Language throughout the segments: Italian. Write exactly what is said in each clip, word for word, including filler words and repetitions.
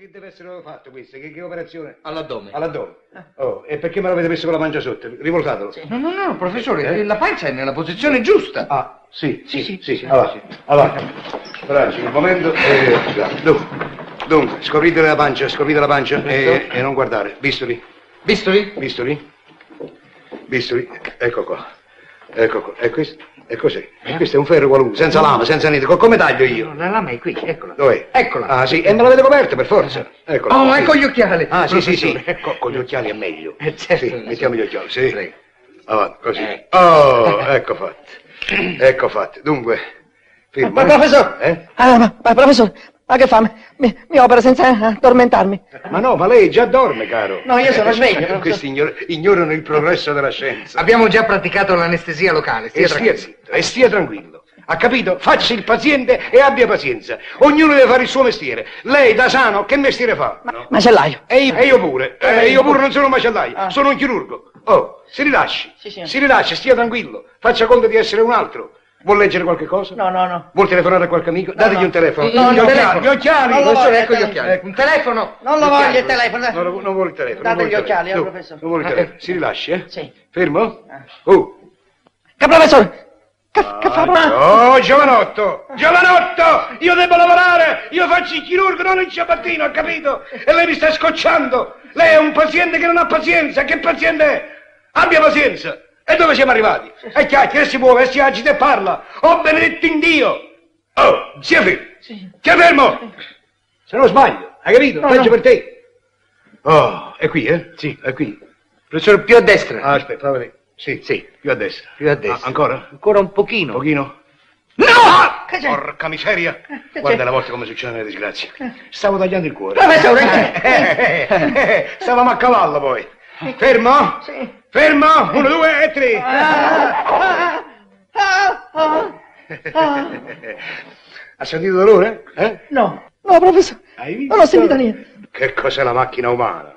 che deve essere fatto questo? Che, che operazione? All'addome. All'addome. Oh, e perché me l'avete messo con la pancia sotto? Rivoltatelo. Sì. No, no, no, professore, eh? la pancia è nella posizione giusta. Ah, sì, sì, sì, sì. sì. Allora, allora. Bracci, un momento. Eh, dunque, dunque, scoprite la pancia, scoprite la pancia e, e non guardare. Bisturi. Bisturi? Bisturi. Bisturi. Ecco qua. Ecco qua. E questo? E cos'è? Eh? Questo è un ferro qualunque, senza lama, senza niente. Come taglio io? No, la lama è qui, eccola. Dov'è? Eccola. Ah, sì, e me l'avete coperta per forza. Eccola. Oh, sì. ecco gli occhiali. Ah, sì, sì, sì. Professore. Co- con gli occhiali è meglio. Eh, certo. Sì, mettiamo gli occhiali, sì. Prego. Avanti, così. Eh. Oh, ecco fatto. Ecco fatto. Dunque, firma. Ma, professore! Eh? Ah, ma, ma professore, ma che fa? Mi, mi opera senza addormentarmi. Ma no, ma lei già dorme, caro. No, io sono sveglio. Questi ignor- ignorano il progresso della scienza. Abbiamo già praticato l'anestesia locale. Stia E stia tranquillo. zitto, e stia tranquillo. Ha capito? Faccia il paziente e abbia pazienza. Ognuno deve fare il suo mestiere. Lei, da sano, che mestiere fa? Ma, macellaio. E io, e io pure. E io pure non sono un macellaio, Ah. sono un chirurgo. Oh, si rilasci. Sì, signor. Si rilasci, stia tranquillo. Faccia conto di essere un altro. Vuol leggere qualche cosa? No, no, no. Vuol telefonare a qualche amico? Dategli no. un telefono. No, gli no, occhiali, telefono. gli occhiali. Non lo Professore, voglio, ecco gli il occhiali. telefono. Un telefono. Non lo Gli voglio occhiali. il telefono. No, no, non vuole il telefono. Date non vuole gli il occhiali, telefono. eh, No, professore. non vuole il Eh, telefono. Si rilasci, eh? Sì. Fermo? Oh. Che professore? Che, che fa? Oh, giovanotto! Giovanotto! Io devo lavorare! Io faccio il chirurgo, non il ciabattino, ha capito? E lei mi sta scocciando! Lei è un paziente che non ha pazienza! Che paziente è? Abbia pazienza! E dove siamo arrivati? E chiacchiera, si muove, si agita e parla! Oh, benedetto in Dio! Oh, sia fermo! Sì. Stia fermo! Se non sbaglio, hai capito? No, Peggio no. per te! Oh, è qui, eh? Sì, è qui. Professore, più a destra. Ah, aspetta, fammi vedere. Sì, Sì. più a destra. Più a destra. Ah, ancora? Ancora un Un pochino. pochino? No! Che c'è? Porca miseria! che Guarda c'è? la volta come succedono le disgrazie. Stavo tagliando il cuore. Professore, Eh, eh, eh, eh, stavamo a cavallo poi. Fermo? Sì. Fermo? Uno, due e tre. Ah, ah, ah, ah. Ha sentito dolore? Eh? No, no, professore. Hai visto? Non ho sentito niente. Che cos'è la macchina umana?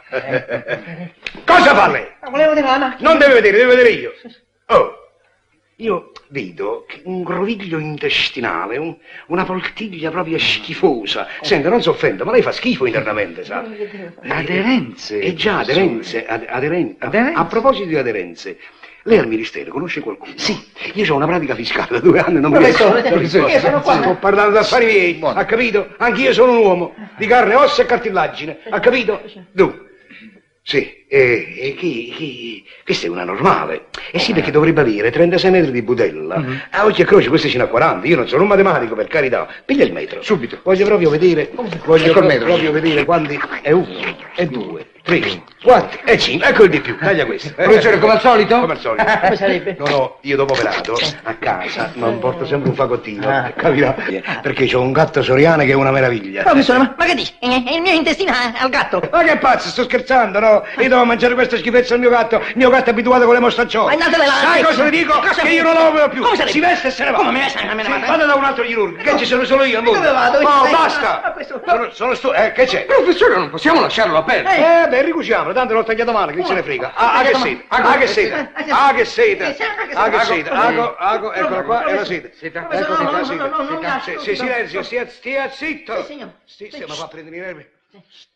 Cosa fa lei? Ma volevo vedere la macchina. Non deve vedere, devo vedere io. Oh, io vedo che un groviglio intestinale, un- una poltiglia proprio schifosa. Senta, non si offenda, ma lei fa schifo internamente, sa? Aderenze. Eh già, aderenze. ad- aderen- a- Aderenze. A proposito di aderenze, lei al ministero conosce qualcuno? Sì, io ho una pratica fiscale da due anni, non mi Professore, riesco. io sono qua. Sto parlando da affari miei, Buono. ha capito? Anch'io sono un uomo di carne, ossa e cartilagine, ha capito? Dunque, sì, e, e chi, chi, questa è una normale. Eh sì, perché dovrebbe avere trentasei metri di budella. A occhio e croce queste ce n'ha quaranta. Io non sono un matematico, per carità. Piglia il metro. Subito. Voglio proprio vedere, voglio Ecco il pro- metro. proprio vedere quanti è uno, e due, tre, quattro, e cinque. Ecco il di più, taglia questo. Eh, Professore, come al solito? Come al solito. Come sarebbe? No, no, io dopo operato, a casa, non porto sempre un fagottino, capirà? Perché c'ho un gatto soriano che è una meraviglia. Professore, ma, ma che dici? Eh, Il mio intestino è al gatto. Ma che pazzo, sto scherzando, no? Io devo mangiare questa schifezza al mio gatto. Il mio gatto è abituato con le mostacciole. Ma andatevela! Sai cosa le dico? Cosa Che mi- io non lo vedo più. Come sarebbe? Si veste e se ne va. Come mi veste? Me ne Sì, vado? vada da un altro chirurgo, che ci sono solo io al mondo. Dove vado? No, Eh, basta. ma questo- Sono, sono stu... Eh, che c'è? Professore, non possiamo lasciarlo aperto. Eh, beh, ricuciamolo, tanto l'ho tagliato male, che se ne frega. Ah, ah, che sete, ah, che sete, ah, che sete, ah, che sete, ago, ago, eccolo qua, è la sete. Seta. Ecco No, no, qua, no, sete. no, no, no, no, Sì, no, sì, no. silenzio, stia, stia zitto. Sì, signor. Sì, sì, ma fa prendere i nervi.